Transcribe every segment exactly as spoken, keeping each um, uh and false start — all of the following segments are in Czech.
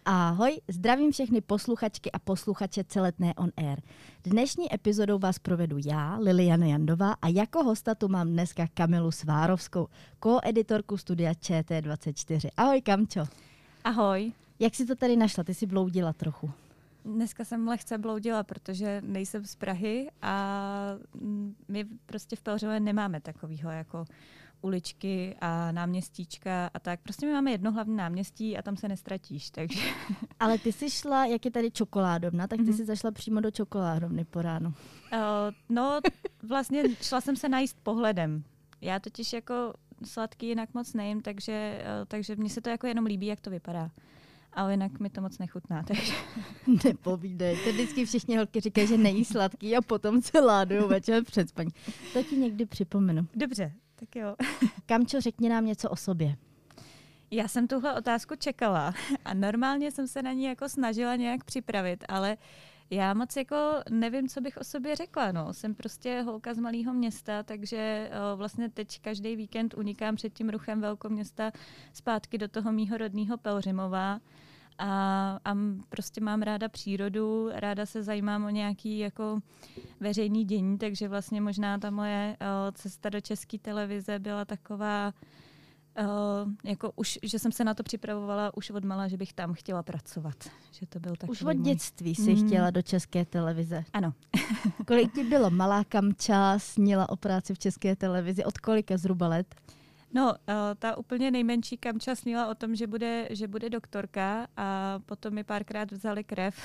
Ahoj, zdravím všechny posluchačky a posluchače Celetné on air. Dnešní epizodou vás provedu já, Liliana Jandová, a jako hosta tu mám dneska Kamilu Svárovskou, koeditorku studia Č T dvacet čtyři. Ahoj Kamčo. Ahoj. Jak jsi to tady našla? Ty jsi bloudila trochu. Dneska jsem lehce bloudila, protože nejsem z Prahy a my prostě v Pelhřimové nemáme takovýho jako uličky a náměstíčka a tak. Prostě my máme jedno hlavní náměstí a tam se nestratíš, takže... Ale ty jsi šla, jak je tady čokoládovna, tak ty mm-hmm. jsi zašla přímo do čokoládovny po ránu. Uh, no, vlastně šla jsem se najíst pohledem. Já totiž jako sladký jinak moc nejím, takže, uh, takže mně se to jako jenom líbí, jak to vypadá. Ale jinak mi to moc nechutná, takže... Nepovídej, to vždycky všichni holky říkají, že nejí sladký a potom se ládujou večer před spaní. To ti někdy připomenu. Dobře, tak jo. Kamčo, řekni nám něco o sobě. Já jsem tuhle otázku čekala a normálně jsem se na ní jako snažila nějak připravit, ale já moc jako nevím, co bych o sobě řekla. No. Jsem prostě holka z malého města, takže o, vlastně teď každý víkend unikám před tím ruchem velkoměsta zpátky do toho mýho rodného Pelhřimova. A, a prostě mám ráda přírodu, ráda se zajímám o nějaký jako veřejný dění, takže vlastně možná ta moje o, cesta do České televize byla taková, o, jako už, že jsem se na to připravovala už odmala, že bych tam chtěla pracovat. Že to byl už od dětství jsi mm. chtěla do České televize. Ano. Kolik ti bylo? Malá Kamča snila o práci v České televizi. Od kolika zhruba let? No, ta úplně nejmenší Kamča snila o tom, že bude, že bude doktorka a potom mi párkrát vzali krev.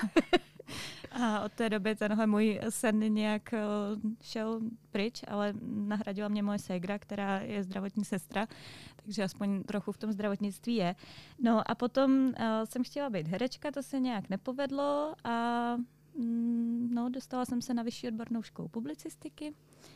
A od té doby tenhle můj sen nějak šel pryč, ale nahradila mě moje ségra, která je zdravotní sestra, takže aspoň trochu v tom zdravotnictví je. No a potom uh, jsem chtěla být herečka, to se nějak nepovedlo a mm, no, dostala jsem se na vyšší odbornou školu publicistiky.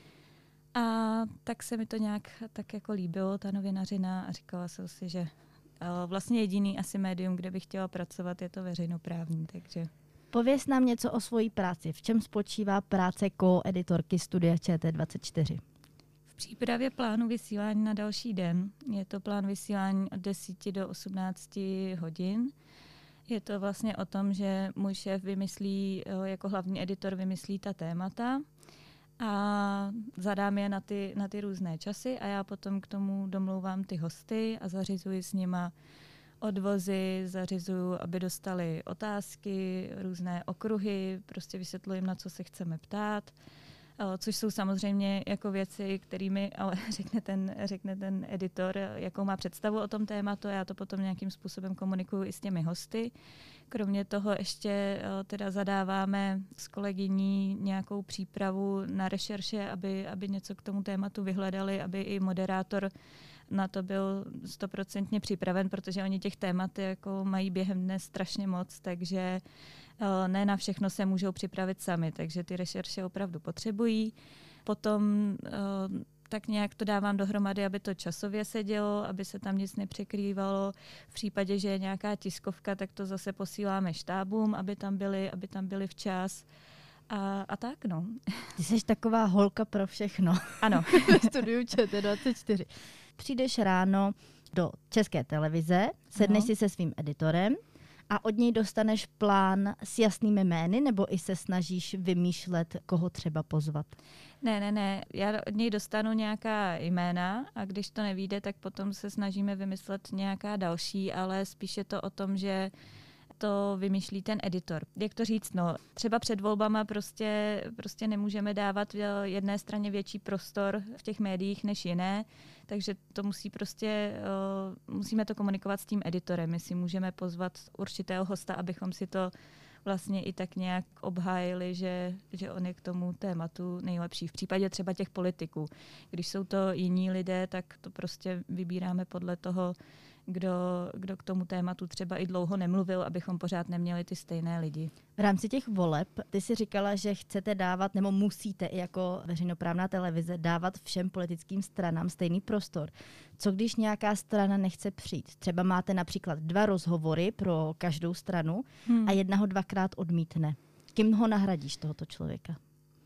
A tak se mi to nějak tak jako líbilo, ta novinařina, a říkala jsem si, že uh, vlastně jediný asi médium, kde bych chtěla pracovat, je to veřejnoprávní, takže... Pověz nám něco o svojí práci. V čem spočívá práce koeditorky studia Č T dvacet čtyři? V přípravě plánu vysílání na další den. Je to plán vysílání od deseti do osmnácti hodin. Je to vlastně o tom, že můj šéf vymyslí, jako hlavní editor vymyslí ta témata a zadám je na ty, na ty různé časy a já potom k tomu domlouvám ty hosty a zařizuji s nima odvozy, zařizuju, aby dostali otázky, různé okruhy, prostě vysvětluji jim, na co se chceme ptát, což jsou samozřejmě jako věci, kterými ale řekne ten, řekne ten editor, jakou má představu o tom tématu, a já to potom nějakým způsobem komunikuju i s těmi hosty. Kromě toho ještě teda zadáváme s kolegyní nějakou přípravu na rešerše, aby, aby něco k tomu tématu vyhledali, aby i moderátor na to byl stoprocentně připraven, protože oni těch témat jako mají během dne strašně moc, takže ne na všechno se můžou připravit sami, takže ty rešerše opravdu potřebují. Potom tak nějak to dávám dohromady, aby to časově sedělo, aby se tam nic nepřekrývalo. V případě, že je nějaká tiskovka, tak to zase posíláme štábům, aby tam byli, aby tam byli včas. A, a tak, no. Ty jsi taková holka pro všechno. Ano. V studiu Č T dvacet čtyři. Přijdeš ráno do České televize, sedneš no. si se svým editorem a od něj dostaneš plán s jasnými jmény, nebo i se snažíš vymýšlet, koho třeba pozvat? Ne, ne, ne. Já od něj dostanu nějaká jména a když to nevyjde, tak potom se snažíme vymyslet nějaká další, ale spíš je to o tom, že to vymýšlí ten editor. Jak to říct? No, třeba před volbama prostě, prostě nemůžeme dávat jedné straně větší prostor v těch médiích než jiné, takže to musí prostě, uh, musíme to komunikovat s tím editorem. My si můžeme pozvat určitého hosta, abychom si to vlastně i tak nějak obhájili, že, že on je k tomu tématu nejlepší. V případě třeba těch politiků. Když jsou to jiní lidé, tak to prostě vybíráme podle toho, Kdo, kdo k tomu tématu třeba i dlouho nemluvil, abychom pořád neměli ty stejné lidi. V rámci těch voleb ty si říkala, že chcete dávat, nebo musíte i jako veřejnoprávná televize dávat všem politickým stranám stejný prostor. Co když nějaká strana nechce přijít? Třeba máte například dva rozhovory pro každou stranu hmm. a jedna ho dvakrát odmítne. Kým ho nahradíš, tohoto člověka?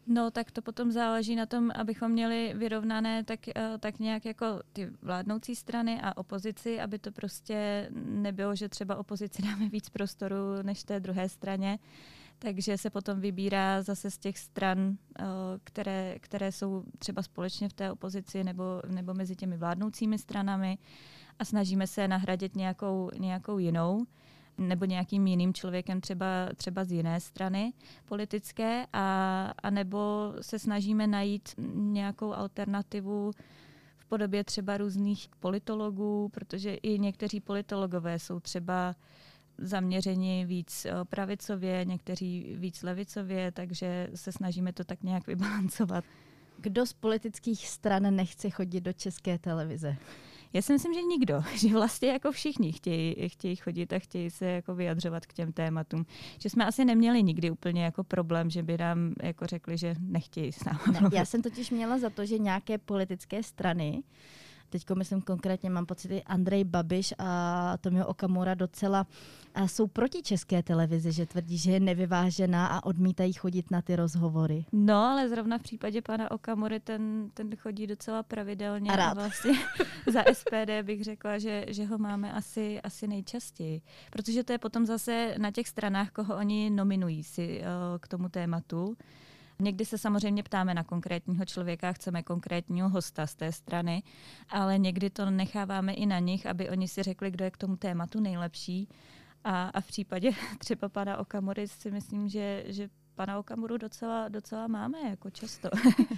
No, tak to potom záleží na tom, abychom měli vyrovnané tak, tak nějak jako ty vládnoucí strany a opozici, aby to prostě nebylo, že třeba opozici dáme víc prostoru než té druhé straně. Takže se potom vybírá zase z těch stran, které, které jsou třeba společně v té opozici nebo, nebo mezi těmi vládnoucími stranami a snažíme se nahradit nějakou, nějakou jinou nebo nějakým jiným člověkem třeba, třeba z jiné strany politické a, a nebo se snažíme najít nějakou alternativu v podobě třeba různých politologů, protože i někteří politologové jsou třeba zaměřeni víc pravicově, někteří víc levicově, takže se snažíme to tak nějak vybalancovat. Kdo z politických stran nechce chodit do České televize? Já si myslím, že nikdo, že vlastně jako všichni chtějí, chtějí chodit a chtějí se jako vyjadřovat k těm tématům. Že jsme asi neměli nikdy úplně jako problém, že by nám jako řekli, že nechtějí s námi ne, Já jsem totiž měla za to, že nějaké politické strany, teďko myslím konkrétně, mám pocit, Andrej Babiš a Tomio Okamura docela jsou proti České televizi, že tvrdí, že je nevyvážená a odmítají chodit na ty rozhovory. No, ale zrovna v případě pana Okamury ten, ten chodí docela pravidelně. A rád. A vlastně za S P D bych řekla, že, že ho máme asi, asi nejčastěji. Protože to je potom zase na těch stranách, koho oni nominují si uh, k tomu tématu. Někdy se samozřejmě ptáme na konkrétního člověka, chceme konkrétního hosta z té strany, ale někdy to necháváme i na nich, aby oni si řekli, kdo je k tomu tématu nejlepší. A, a v případě třeba pana Okamury si myslím, že, že pana Okamuru docela, docela máme jako často.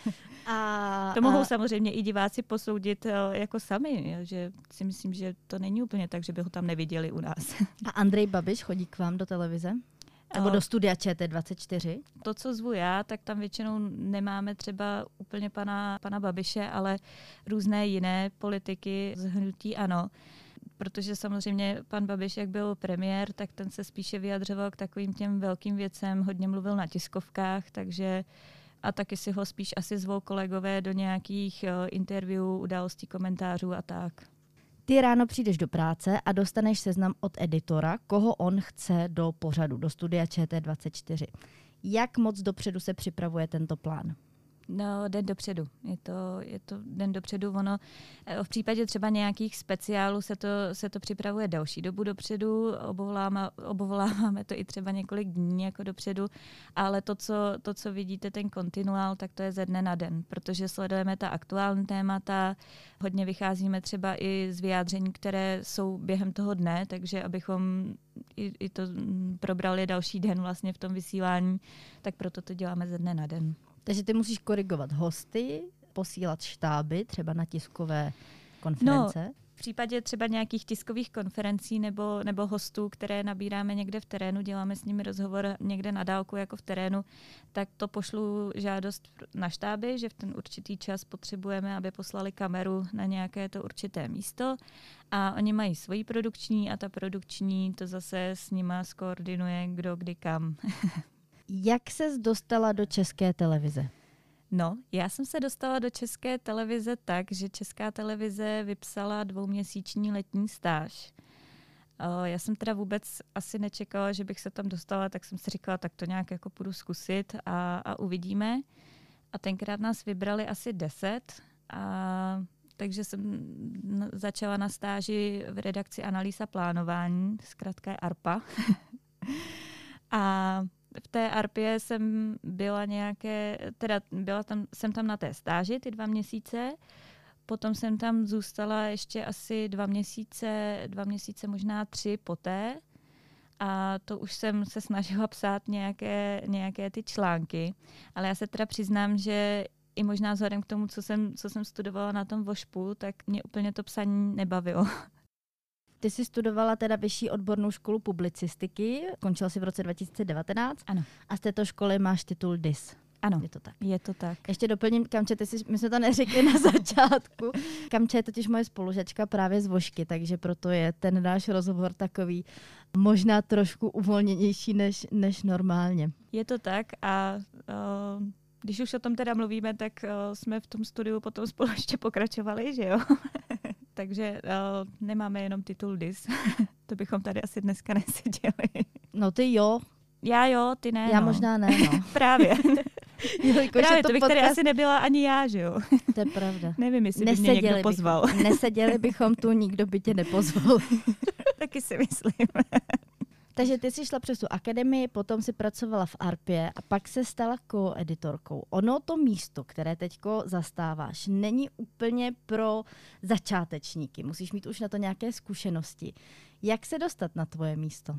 A, to mohou a... samozřejmě i diváci posoudit jako sami, že si myslím, že to není úplně tak, že by ho tam neviděli u nás. A Andrej Babiš chodí k vám do televize? Nebo do studia Č T dvacet čtyři? To, co zvu já, tak tam většinou nemáme třeba úplně pana, pana Babiše, ale různé jiné politiky z hnutí ANO. Protože samozřejmě pan Babiš, jak byl premiér, tak ten se spíše vyjadřoval k takovým těm velkým věcem, hodně mluvil na tiskovkách, takže a taky si ho spíš asi zvou kolegové do nějakých uh, interview, událostí, komentářů a tak. Ty ráno přijdeš do práce a dostaneš seznam od editora, koho on chce do pořadu, do studia Č T dvacet čtyři. Jak moc dopředu se připravuje tento plán? No, den dopředu. Je to, je to den dopředu. Ono, v případě třeba nějakých speciálů se to, se to připravuje další dobu dopředu, obovoláváme, obovoláváme to i třeba několik dní jako dopředu, ale to co, to, co vidíte, ten kontinuál, tak to je ze dne na den, protože sledujeme ta aktuální témata, hodně vycházíme třeba i z vyjádření, které jsou během toho dne, takže abychom i, i to probrali další den vlastně v tom vysílání, tak proto to děláme ze dne na den. Takže ty musíš korigovat hosty, posílat štáby, třeba na tiskové konference? No, v případě třeba nějakých tiskových konferencí nebo, nebo hostů, které nabíráme někde v terénu, děláme s nimi rozhovor někde na dálku jako v terénu, tak to pošlu žádost na štáby, že v ten určitý čas potřebujeme, aby poslali kameru na nějaké to určité místo a oni mají svoji produkční a ta produkční to zase s nima skoordinuje kdo kdy kam. Jak ses dostala do České televize? No, já jsem se dostala do České televize tak, že Česká televize vypsala dvouměsíční letní stáž. Já jsem teda vůbec asi nečekala, že bych se tam dostala, tak jsem si říkala, tak to nějak jako půjdu zkusit a, a uvidíme. A tenkrát nás vybrali asi deset, a takže jsem začala na stáži v redakci Analýza plánování, zkrátka je A R P A. A v té A R Pě jsem byla nějaké, teda byla tam, jsem tam na té stáži ty dva měsíce, potom jsem tam zůstala ještě asi dva měsíce, dva měsíce možná tři poté a to už jsem se snažila psát nějaké, nějaké ty články, ale já se teda přiznám, že i možná vzhledem k tomu, co jsem, co jsem studovala na tom vošpu, tak mě úplně to psaní nebavilo. Ty jsi studovala teda vyšší odbornou školu publicistiky, končila jsi v roce dva tisíce devatenáct. Ano. A z této školy máš titul D I S. Ano, je to tak. Je to tak. Ještě doplním, Kamče, ty jsi, my jsme to neřekli na začátku. Kamče je totiž moje spolužačka právě z Vošky, takže proto je ten náš rozhovor takový možná trošku uvolněnější než, než normálně. Je to tak a uh, když už o tom teda mluvíme, tak uh, jsme v tom studiu potom spolu ještě pokračovali, že jo? Takže uh, nemáme jenom titul D I S. To bychom tady asi dneska neseděli. No ty jo. Já jo, ty ne. Já no. možná ne, no. Právě. Jelikož Právě, je to, to bych podcast... tady asi nebyla ani já, že jo? To je pravda. Nevím, jestli by mě někdo pozval. Bychom, neseděli bychom tu, nikdo by tě nepozval. Taky si myslím. Takže ty jsi šla přes tu akademii, potom si pracovala v Arpě a pak se stala koeditorkou. Ono to místo, které teďko zastáváš, není úplně pro začátečníky. Musíš mít už na to nějaké zkušenosti. Jak se dostat na tvoje místo?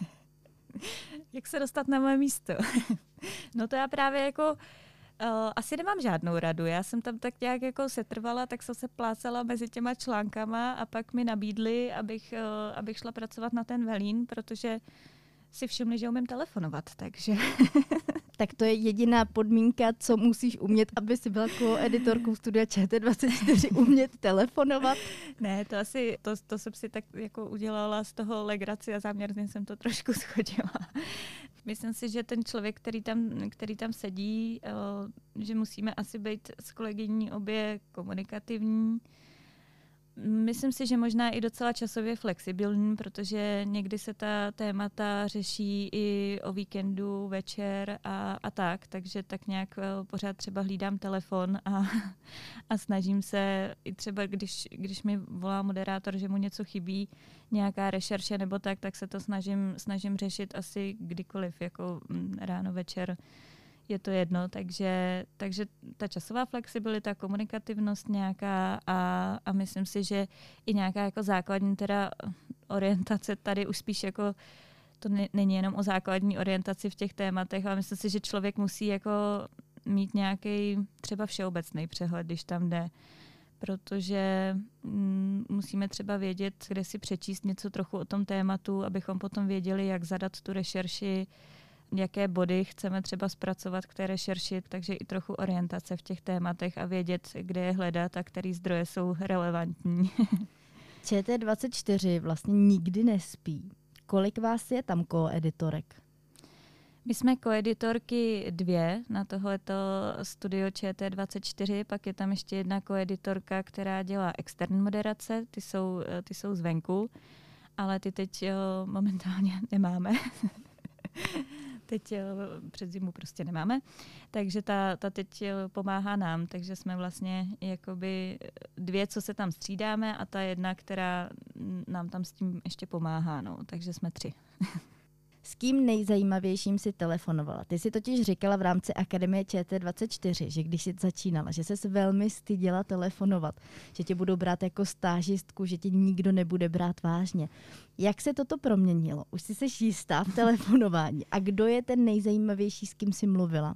Jak se dostat na moje místo? No to já právě jako uh, asi nemám žádnou radu. Já jsem tam tak nějak jako setrvala, tak jsem se plácala mezi těma článkama a pak mi nabídli, abych, uh, abych šla pracovat na ten velín, protože si všimli, že umím telefonovat, takže... Tak to je jediná podmínka, co musíš umět, aby si byla koeditorkou Studia Č T dvacet čtyři, umět telefonovat? Ne, to asi, to, to jsem si tak jako udělala z toho legraci a záměrně jsem to trošku schodila. Myslím si, že ten člověk, který tam, který tam sedí, že musíme asi být s kolegyní obě komunikativní. Myslím si, že možná i docela časově flexibilní, protože někdy se ta témata řeší i o víkendu, večer a, a tak, takže tak nějak pořád třeba hlídám telefon a, a snažím se, i třeba když, když mi volá moderátor, že mu něco chybí, nějaká rešerše nebo tak, tak se to snažím, snažím řešit asi kdykoliv, jako ráno, večer. Je to jedno, takže, takže ta časová flexibilita, komunikativnost nějaká a, a myslím si, že i nějaká jako základní teda orientace tady už spíš jako to ne, není jenom o základní orientaci v těch tématech, ale myslím si, že člověk musí jako mít nějaký třeba všeobecný přehled, když tam jde, protože mm, musíme třeba vědět, kde si přečíst něco trochu o tom tématu, abychom potom věděli, jak zadat tu rešerši, jaké body chceme třeba zpracovat k té rešerši, takže i trochu orientace v těch tématech a vědět, kde je hledat a který zdroje jsou relevantní. Č T dvacet čtyři vlastně nikdy nespí. Kolik vás je tam koeditorek? My jsme koeditorky dvě na tohleto studio Č T dvacet čtyři, pak je tam ještě jedna koeditorka, která dělá externí moderace, ty jsou, ty jsou zvenku, ale ty teď jo, momentálně nemáme. Teď před zimu prostě nemáme, takže ta, ta teď pomáhá nám, takže jsme vlastně jakoby dvě, co se tam střídáme a ta jedna, která nám tam s tím ještě pomáhá, no, takže jsme tři. S kým nejzajímavějším si telefonovala? Ty si totiž říkala v rámci Akademie Č T dvacet čtyři, že když jsi začínala, že ses velmi styděla telefonovat, že tě budou brát jako stážistku, že tě nikdo nebude brát vážně. Jak se toto proměnilo? Už jsi seš jistá v telefonování. A kdo je ten nejzajímavější, s kým jsi mluvila?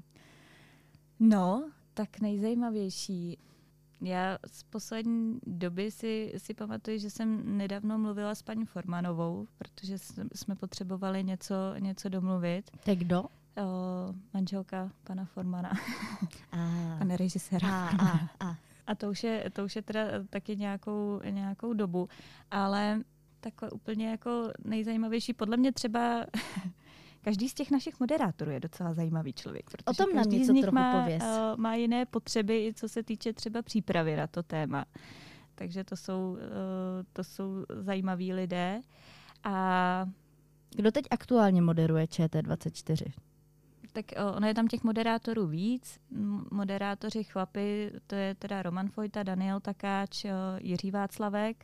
No, tak nejzajímavější. Já z poslední doby si, si pamatuju, že jsem nedávno mluvila s paní Formanovou, protože jsme potřebovali něco, něco domluvit. Tak kdo? O, manželka pana Formana, a. pana režiséra. A, a, a. a to, už je, to už je teda taky nějakou, nějakou dobu, ale takhle úplně jako nejzajímavější, podle mě třeba... Každý z těch našich moderátorů je docela zajímavý člověk, protože o tom každý nám z nich trochu má, pověz. uh, má jiné potřeby, co se týče třeba přípravy na to téma. Takže to jsou, uh, to jsou zajímaví lidé. A kdo teď aktuálně moderuje Č T dvacet čtyři? Tak uh, ono je tam těch moderátorů víc. Moderátoři chlapi, to je teda Roman Fojta, Daniel Takáč, uh, Jiří Václavek.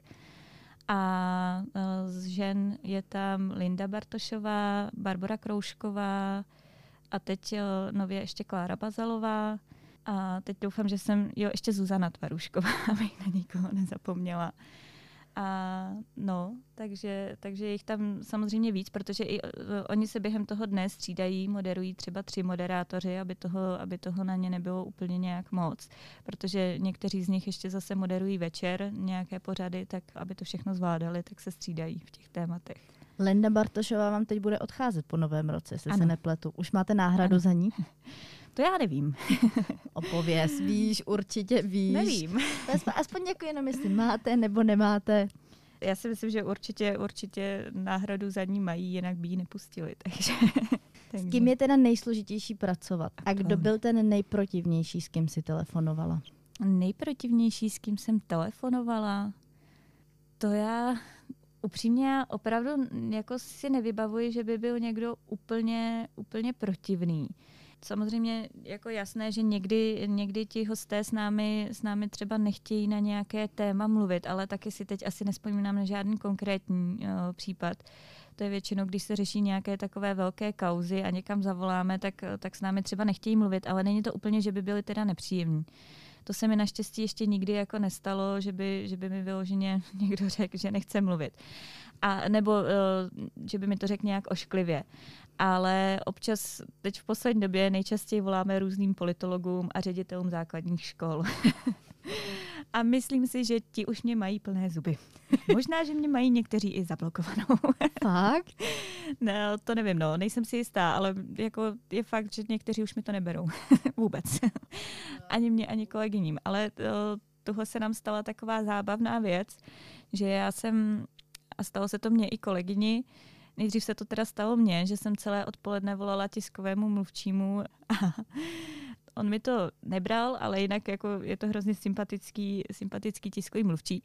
A z žen je tam Linda Bartošová, Barbora Kroušková a teď nově ještě Klára Bazalová. A teď doufám, že jsem, jo, ještě Zuzana Tvarušková, abych na nikoho nezapomněla. A no, takže, takže je jich tam samozřejmě víc, protože i uh, oni se během toho dne střídají, moderují třeba tři moderátoři, aby toho, aby toho na ně nebylo úplně nějak moc. Protože někteří z nich ještě zase moderují večer nějaké pořady, tak aby to všechno zvládali, tak se střídají v těch tématech. Linda Bartošová vám teď bude odcházet po novém roce, jestli ano. se nepletu. Už máte náhradu ano. za ní? To já nevím. Opověz, víš, určitě víš. Nevím. Aspoň, aspoň jako jenom jestli máte nebo nemáte. Já si myslím, že určitě, určitě náhradu za ní mají, jinak by ji nepustili. Takže, s kým je teda nejsložitější pracovat? A kdo byl ten nejprotivnější, s kým si telefonovala? Nejprotivnější, s kým jsem telefonovala? To já upřímně opravdu jako si nevybavuji, že by byl někdo úplně, úplně protivný. samozřejmě jako jasné, že někdy, někdy ti hosté s námi, s námi třeba nechtějí na nějaké téma mluvit, ale taky si teď asi nespomínám na žádný konkrétní uh, případ. To je většinou, když se řeší nějaké takové velké kauzy a někam zavoláme, tak, tak s námi třeba nechtějí mluvit, ale není to úplně, že by byli teda nepříjemní. To se mi naštěstí ještě nikdy jako nestalo, že by, že by mi vyloženě někdo řekl, že nechce mluvit. A nebo uh, že by mi to řekl nějak ošklivě. Ale občas, teď v poslední době nejčastěji voláme různým politologům a ředitelům základních škol. A myslím si, že ti už mě mají plné zuby. Možná, že mě mají někteří i zablokovanou. Fakt? No, to nevím, no, nejsem si jistá, ale jako je fakt, že někteří už mi to neberou. Vůbec. Ani mě, ani kolegyním. Ale to, tohle se nám stala taková zábavná věc, že já jsem, a stalo se to mně i kolegyni, nejdřív se to teda stalo mně, že jsem celé odpoledne volala tiskovému mluvčímu a on mi to nebral, ale jinak jako je to hrozně sympatický, sympatický tiskový mluvčí.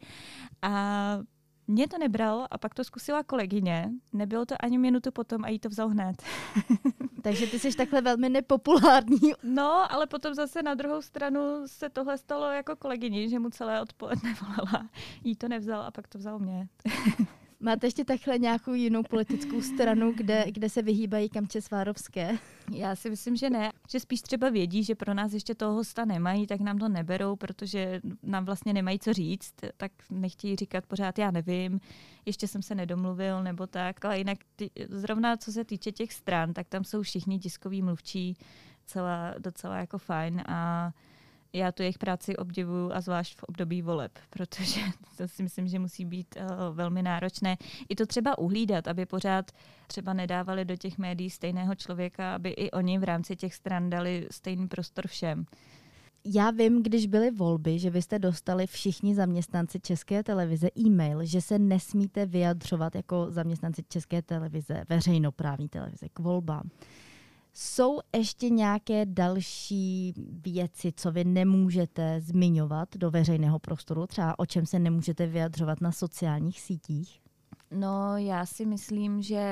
A mě to nebral a pak to zkusila kolegyně. Nebylo to ani minutu potom a jí to vzal hned. Takže ty jsi takhle velmi nepopulární. No, ale potom zase na druhou stranu se tohle stalo jako kolegyni, že mu celé odpoledne volala. Jí to nevzal a pak to vzal mě. Máte ještě takhle nějakou jinou politickou stranu, kde, kde se vyhýbají Kamče Svárovské? Já si myslím, že ne. Že spíš třeba vědí, že pro nás ještě toho hosta nemají, tak nám to neberou, protože nám vlastně nemají co říct, tak nechtějí říkat pořád já nevím, ještě jsem se nedomluvil nebo tak. Ale jinak ty, zrovna co se týče těch stran, tak tam jsou všichni tiskoví mluvčí celá, docela jako fajn a já tu jejich práci obdivuju a zvlášť v období voleb, protože to si myslím, že musí být uh, velmi náročné. I to třeba uhlídat, aby pořád třeba nedávali do těch médií stejného člověka, aby i oni v rámci těch stran dali stejný prostor všem. Já vím, když byly volby, že vy jste dostali všichni zaměstnanci České televize e-mail, že se nesmíte vyjadřovat jako zaměstnanci České televize, veřejnoprávní televize k volbám. Jsou ještě nějaké další věci, co vy nemůžete zmiňovat do veřejného prostoru? Třeba o čem se nemůžete vyjadřovat na sociálních sítích? No, já si myslím, že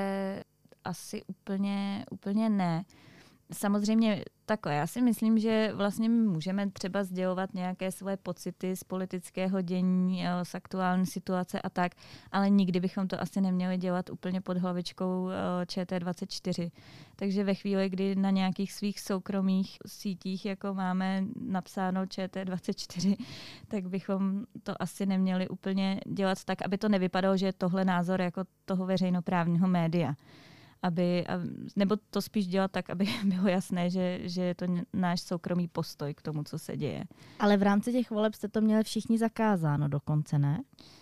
asi úplně, úplně ne. Samozřejmě takhle. Já si myslím, že vlastně můžeme třeba sdělovat nějaké své pocity z politického dění, z aktuální situace a tak, ale nikdy bychom to asi neměli dělat úplně pod hlavičkou Č T dvacet čtyři. Takže ve chvíli, kdy na nějakých svých soukromých sítích jako máme napsáno Č T dvacet čtyři, tak bychom to asi neměli úplně dělat tak, aby to nevypadalo, že je tohle názor jako toho veřejnoprávního média. Aby, nebo to spíš dělat tak, aby bylo jasné, že, že je to náš soukromý postoj k tomu, co se děje. Ale v rámci těch voleb jste to měli všichni zakázáno dokonce, ne?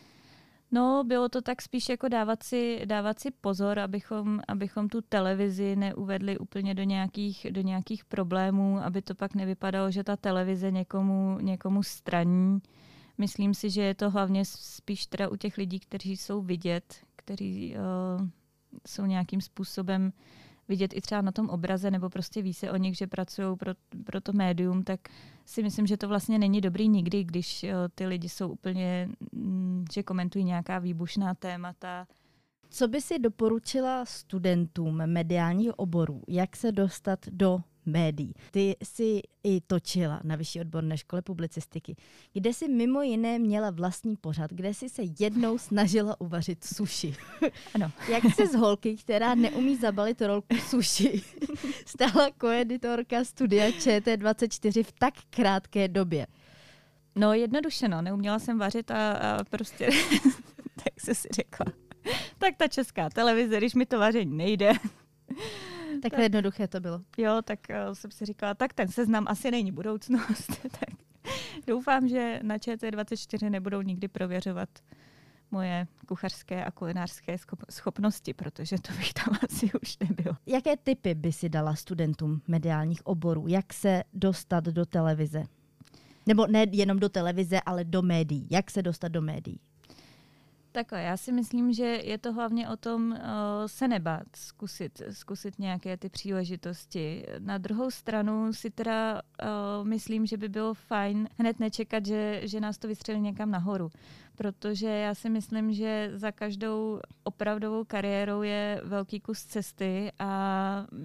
No, bylo to tak spíš jako dávat si, dávat si pozor, abychom, abychom tu televizi neuvedli úplně do nějakých, do nějakých problémů, aby to pak nevypadalo, že ta televize někomu, někomu straní. Myslím si, že je to hlavně spíš teda u těch lidí, kteří jsou vidět, kteří uh, jsou nějakým způsobem vidět i třeba na tom obraze, nebo prostě ví se o nich, že pracují pro, pro to médium, tak si myslím, že to vlastně není dobrý nikdy, když uh, ty lidi jsou úplně, mm, že komentují nějaká výbušná témata. Co by si doporučila studentům mediálních oborů, jak se dostat do médií? Ty jsi i točila na Vyšší odborné škole publicistiky, kde jsi mimo jiné měla vlastní pořad, kde jsi se jednou snažila uvařit sushi. Ano. Jak se z holky, která neumí zabalit rolku sushi, stala koeditorka studia Č T dvacet čtyři v tak krátké době? No jednoduše, no. Neuměla jsem vařit a, a prostě tak se si řekla. Tak ta Česká televize, když mi to vaření nejde. Takhle tak, jednoduché to bylo. Jo, tak uh, jsem si říkala, tak ten seznam asi není budoucnost. Tak doufám, že na Č T dvacet čtyři nebudou nikdy prověřovat moje kuchařské a kulinářské schopnosti, protože to bych tam asi už nebyla. Jaké tipy by si dala studentům mediálních oborů? Jak se dostat do televize? Nebo ne jenom do televize, ale do médií. Jak se dostat do médií? Takhle, já si myslím, že je to hlavně o tom uh, se nebát, zkusit, zkusit nějaké ty příležitosti. Na druhou stranu si teda uh, myslím, že by bylo fajn hned nečekat, že, že nás to vystřelí někam nahoru. Protože já si myslím, že za každou opravdovou kariérou je velký kus cesty a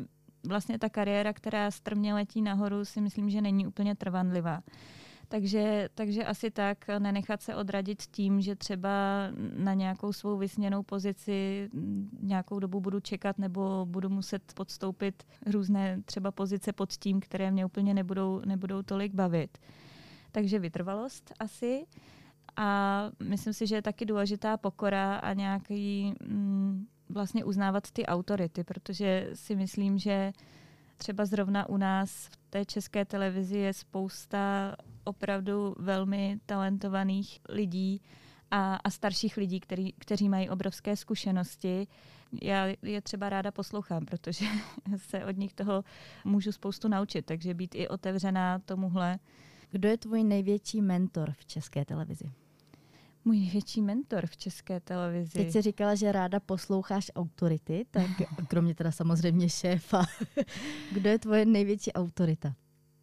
vlastně ta kariéra, která strmě letí nahoru, si myslím, že není úplně trvanlivá. Takže, takže asi tak nenechat se odradit tím, že třeba na nějakou svou vysněnou pozici nějakou dobu budu čekat nebo budu muset podstoupit různé třeba pozice pod tím, které mě úplně nebudou, nebudou tolik bavit. Takže vytrvalost asi. A myslím si, že je taky důležitá pokora a nějaký mm, vlastně uznávat ty autority, protože si myslím, že třeba zrovna u nás v té České televizi je spousta opravdu velmi talentovaných lidí a, a starších lidí, který, kteří mají obrovské zkušenosti. Já je třeba ráda poslouchám, protože se od nich toho můžu spoustu naučit, takže být i otevřená tomuhle. Kdo je tvůj největší mentor v České televizi? Můj největší mentor v České televizi. Teď jsi říkala, že ráda posloucháš autority, tak kromě teda samozřejmě šéfa. Kdo je tvoje největší autorita?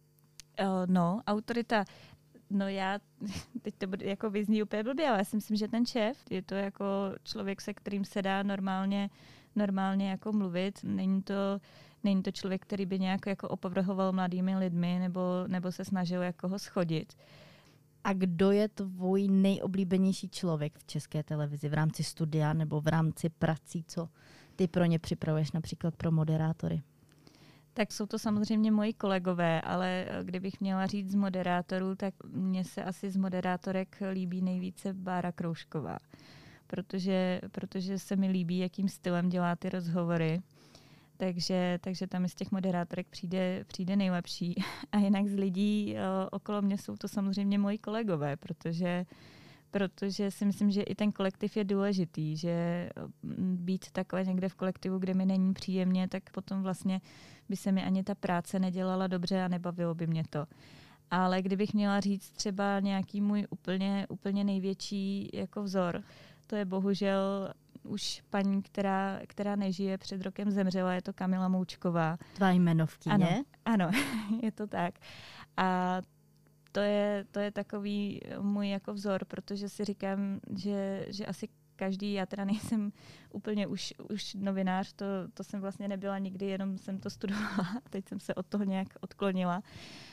Uh, no, autorita, no já, teď to bude jako vyzní úplně blbě, ale já si myslím, že ten šéf je to jako člověk, se kterým se dá normálně, normálně jako mluvit. Není to, není to člověk, který by nějak jako opovrhoval mladými lidmi nebo, nebo se snažil jako ho schodit. A kdo je tvůj nejoblíbenější člověk v České televizi v rámci studia nebo v rámci prací, co ty pro ně připravuješ například pro moderátory? Tak jsou to samozřejmě moji kolegové, ale kdybych měla říct z moderátorů, tak mně se asi z moderátorek líbí nejvíce Bára Kroužková, protože, protože se mi líbí, jakým stylem dělá ty rozhovory. Takže, takže tam z těch moderátorek přijde, přijde nejlepší. A jinak z lidí o, okolo mě jsou to samozřejmě moji kolegové, protože, protože si myslím, že i ten kolektiv je důležitý, že být takhle někde v kolektivu, kde mi není příjemně, tak potom vlastně by se mi ani ta práce nedělala dobře a nebavilo by mě to. Ale kdybych měla říct třeba nějaký můj úplně, úplně největší jako vzor, to je bohužel už paní, která, která nežije, před rokem zemřela, je to Kamila Moučková. Tvá jmenovkyně? Ano, ano, je to tak. A to je, to je takový můj jako vzor, protože si říkám, že, že asi každý, já teda nejsem úplně už, už novinář, to, to jsem vlastně nebyla nikdy, jenom jsem to studovala, teď jsem se od toho nějak odklonila.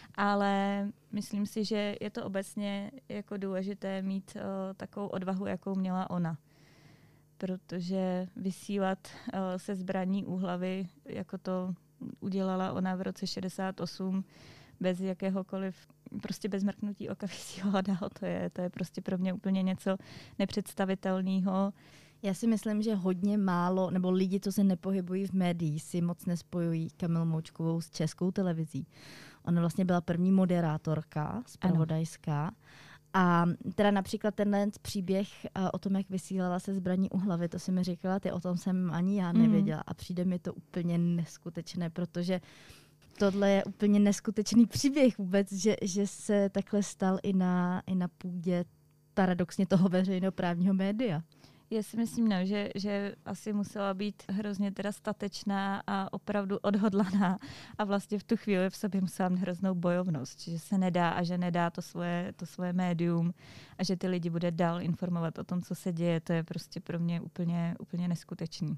Ale myslím si, že je to obecně jako důležité mít uh, takovou odvahu, jakou měla ona. Protože vysílat uh, se zbraní u hlavy, jako to udělala ona v roce šedesát osm, bez jakéhokoliv, prostě bez mrknutí oka vysílala dál, to je, to je prostě pro mě úplně něco nepředstavitelného. Já si myslím, že hodně málo, nebo lidi, co se nepohybují v médiích, si moc nespojují Kamilu Moučkovou s Českou televizí. Ona vlastně byla první moderátorka, zpravodajská. A teda například tenhle příběh o tom, jak vysílala se zbraní u hlavy, to si mi říkala, ty o tom jsem ani já nevěděla. Mm. A přijde mi to úplně neskutečné, protože tohle je úplně neskutečný příběh vůbec, že, že se takhle stal i na, i na půdě paradoxně toho veřejnoprávního média. Já si myslím, no, že, že asi musela být hrozně teda statečná a opravdu odhodlaná a vlastně v tu chvíli v sobě musela mít hroznou bojovnost, že se nedá a že nedá to svoje, to svoje médium a že ty lidi bude dál informovat o tom, co se děje, to je prostě pro mě úplně, úplně neskutečný.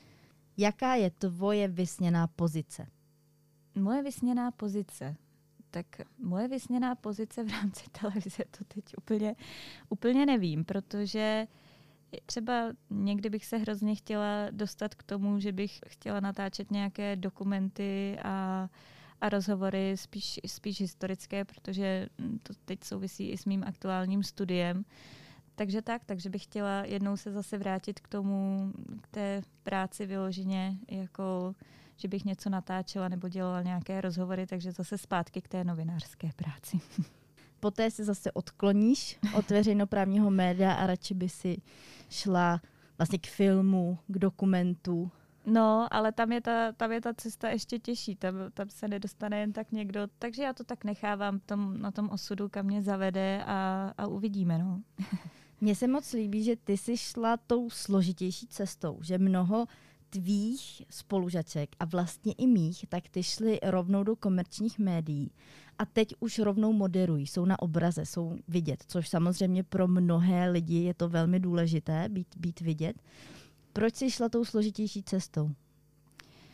Jaká je tvoje vysněná pozice? Moje vysněná pozice? Tak moje vysněná pozice v rámci televize to teď úplně, úplně nevím, protože třeba někdy bych se hrozně chtěla dostat k tomu, že bych chtěla natáčet nějaké dokumenty a, a rozhovory spíš, spíš historické, protože to teď souvisí i s mým aktuálním studiem. Takže tak, takže bych chtěla jednou se zase vrátit k tomu, k té práci vyloženě, jako že bych něco natáčela nebo dělala nějaké rozhovory, takže zase zpátky k té novinářské práci. Poté se zase odkloníš od veřejnoprávního média a radši by si šla vlastně k filmu, k dokumentu. No, ale tam je ta, tam je ta cesta ještě těžší, tam, tam se nedostane jen tak někdo, takže já to tak nechávám tom, na tom osudu, kam mě zavede a, a uvidíme. No. Mně se moc líbí, že ty jsi šla tou složitější cestou, že mnoho tvých spolužaček a vlastně i mých, tak ty šly rovnou do komerčních médií a teď už rovnou moderují, jsou na obraze, jsou vidět, což samozřejmě pro mnohé lidi je to velmi důležité, být, být vidět. Proč jsi šla tou složitější cestou?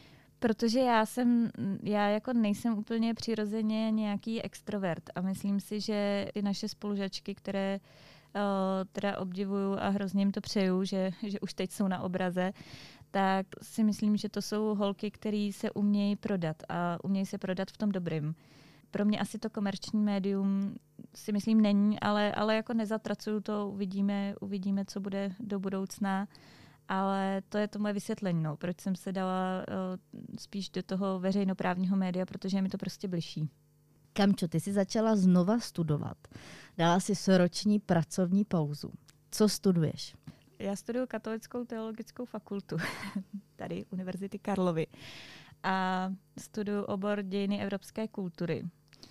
Protože já jsem, já jako nejsem úplně přirozeně nějaký extrovert a myslím si, že ty naše spolužačky, které uh, teda obdivuju a hrozně jim to přeju, že, že už teď jsou na obraze, tak si myslím, že to jsou holky, které se umějí prodat a umějí se prodat v tom dobrým. Pro mě asi to komerční médium si myslím není, ale, ale jako nezatracuju to, uvidíme, uvidíme, co bude do budoucna. Ale to je to moje vysvětlení, no, proč jsem se dala uh, spíš do toho veřejnoprávního média, protože je mi to prostě bližší. Kamčo, ty jsi začala znova studovat. Dala jsi roční pracovní pauzu. Co studuješ? Já studuju Katolickou teologickou fakultu, tady Univerzity Karlovy. A studuju obor dějiny evropské kultury,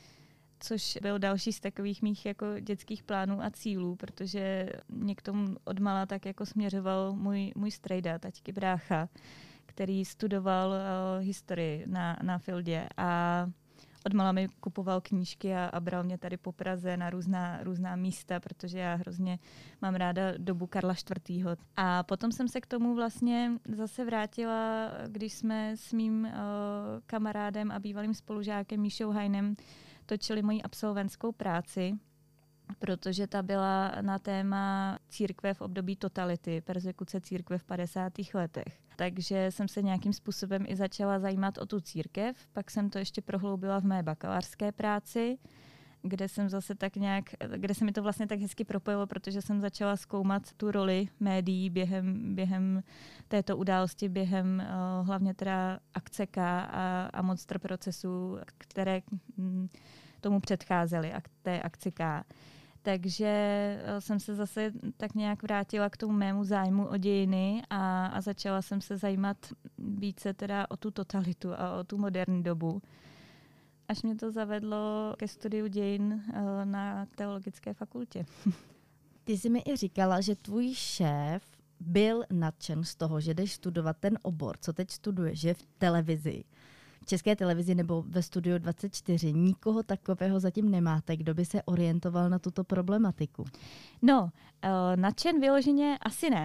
což byl další z takových mých jako dětských plánů a cílů, protože mě k tomu odmala tak jako směřoval můj, můj strejda, taťky brácha, který studoval uh, historii na, na Fieldě a odmala mi kupoval knížky a, a bral mě tady po Praze na různá, různá místa, protože já hrozně mám ráda dobu Karla čtvrtého. A potom jsem se k tomu vlastně zase vrátila, když jsme s mým uh, kamarádem a bývalým spolužákem Míšou Hajnem točili moji absolventskou práci, protože ta byla na téma církve v období totality, perzekuce církve v padesátých letech. Takže jsem se nějakým způsobem i začala zajímat o tu církev, pak jsem to ještě prohloubila v mé bakalářské práci, kde jsem zase tak nějak, kde se mi to vlastně tak hezky propojilo, protože jsem začala zkoumat tu roli médií během, během této události, během uh, hlavně teda akce K a, a monster procesů, které hm, tomu předcházely, ak, té akci K. Takže jsem se zase tak nějak vrátila k tomu mému zájmu o dějiny a, a začala jsem se zajímat více teda o tu totalitu a o tu moderní dobu. Až mě to zavedlo ke studiu dějin na teologické fakultě. Ty jsi mi i říkala, že tvůj šéf byl nadšen z toho, že jdeš studovat ten obor, co teď studuješ, že v televizi, v České televizi nebo ve Studiu dvacet čtyři. Nikoho takového zatím nemáte, kdo by se orientoval na tuto problematiku. No, uh, nadšen vyloženě asi ne.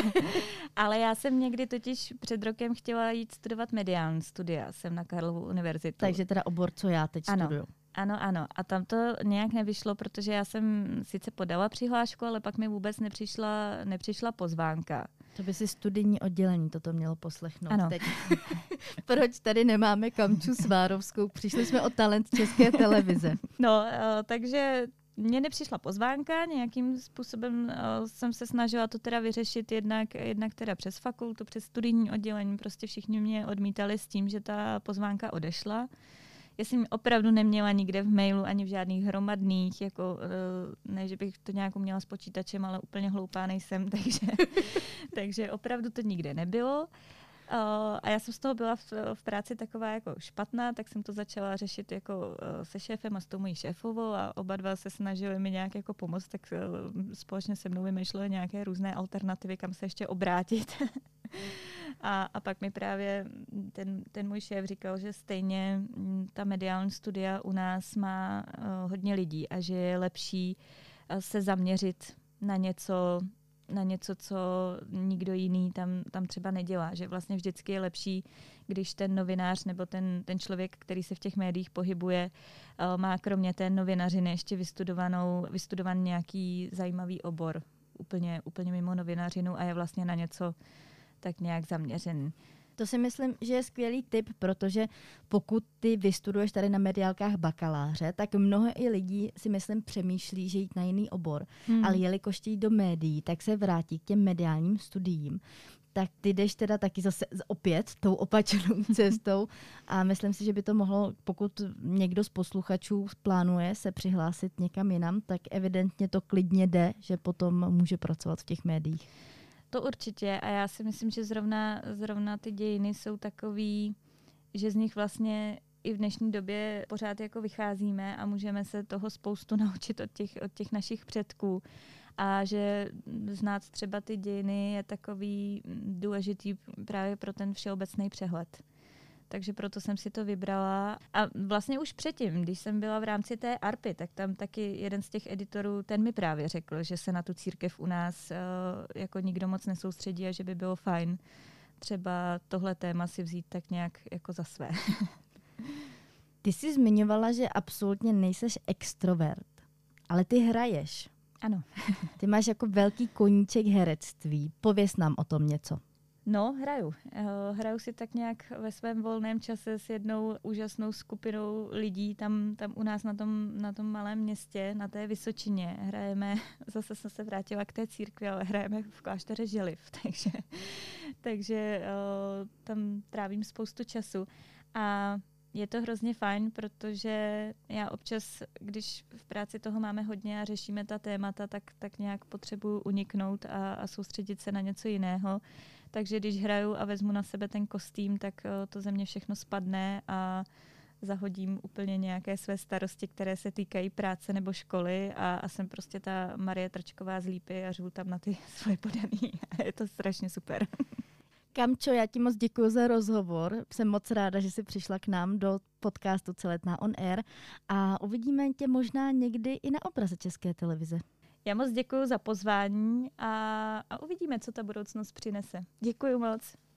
Ale já jsem někdy totiž před rokem chtěla jít studovat mediální studia. Jsem na Karlovu univerzitu. Takže teda obor, co já teď ano. studuju. Ano, ano. A tam to nějak nevyšlo, protože já jsem sice podala přihlášku, ale pak mi vůbec nepřišla, nepřišla pozvánka. To by si studijní oddělení toto mělo poslechnout. Ano. Teď. Proč tady nemáme Kamču Svárovskou? Přišli jsme o talent České televize. No, uh, takže mně nepřišla pozvánka, nějakým způsobem uh, jsem se snažila to teda vyřešit jednak, jednak teda přes fakultu, přes studijní oddělení. Prostě všichni mě odmítali s tím, že ta pozvánka odešla. Já jsem opravdu neměla nikde v mailu ani v žádných hromadných, jako, ne, že bych to nějak uměla s počítačem, ale úplně hloupá nejsem, takže, takže opravdu to nikde nebylo. A já jsem z toho byla v, v práci taková jako špatná, tak jsem to začala řešit jako se šéfem a s tou mojí šéfovou a oba dva se snažili mi nějak jako pomoct, tak společně se mnou vymýšleli nějaké různé alternativy, kam se ještě obrátit. A, a pak mi právě ten, ten můj šéf říkal, že stejně ta mediální studia u nás má uh, hodně lidí a že je lepší uh, se zaměřit na něco, na něco, co nikdo jiný tam, tam třeba nedělá. Že vlastně vždycky je lepší, když ten novinář nebo ten, ten člověk, který se v těch médiích pohybuje, uh, má kromě té novinařiny ještě vystudovanou, vystudovaný nějaký zajímavý obor, úplně, úplně mimo novinařinu a je vlastně na něco tak nějak zaměřený. To si myslím, že je skvělý tip, protože pokud ty vystuduješ tady na mediálkách bakaláře, tak mnoho i lidí si myslím přemýšlí, že jít na jiný obor, hmm. ale jelikož chtějí do médií, tak se vrátí k těm mediálním studiím. Tak ty jdeš teda taky zase opět tou opačnou cestou a myslím si, že by to mohlo, pokud někdo z posluchačů plánuje se přihlásit někam jinam, tak evidentně to klidně jde, že potom může pracovat v těch médiích. To určitě a já si myslím, že zrovna, zrovna ty dějiny jsou takový, že z nich vlastně i v dnešní době pořád jako vycházíme a můžeme se toho spoustu naučit od těch, od těch našich předků. A že znát třeba ty dějiny je takový důležitý právě pro ten všeobecný přehled. Takže proto jsem si to vybrala. A vlastně už předtím, když jsem byla v rámci té ARPy, tak tam taky jeden z těch editorů, ten mi právě řekl, že se na tu církev u nás uh, jako nikdo moc nesoustředí a že by bylo fajn třeba tohle téma si vzít tak nějak jako za své. Ty jsi zmiňovala, že absolutně nejseš extrovert, ale ty hraješ. Ano. Ty máš jako velký koníček herectví. Pověz nám o tom něco. No, hraju. Hraju si tak nějak ve svém volném čase s jednou úžasnou skupinou lidí tam, tam u nás na tom, na tom malém městě, na té Vysočině. Hrajeme, zase jsem se vrátila k té církvi, ale hrajeme v klášteře Želiv, takže, takže uh, tam trávím spoustu času. A je to hrozně fajn, protože já občas, když v práci toho máme hodně a řešíme ta témata, tak, tak nějak potřebuji uniknout a, a soustředit se na něco jiného. Takže když hraju a vezmu na sebe ten kostým, tak to ze mě všechno spadne a zahodím úplně nějaké své starosti, které se týkají práce nebo školy a, a jsem prostě ta Marie Trčková z Lípy a řvu tam na ty svoje podaný. A je to strašně super. Kamčo, já ti moc děkuji za rozhovor. Jsem moc ráda, že jsi přišla k nám do podcastu Celetná on air a uvidíme tě možná někdy i na obraze České televize. Já moc děkuji za pozvání a, a uvidíme, co ta budoucnost přinese. Děkuji moc.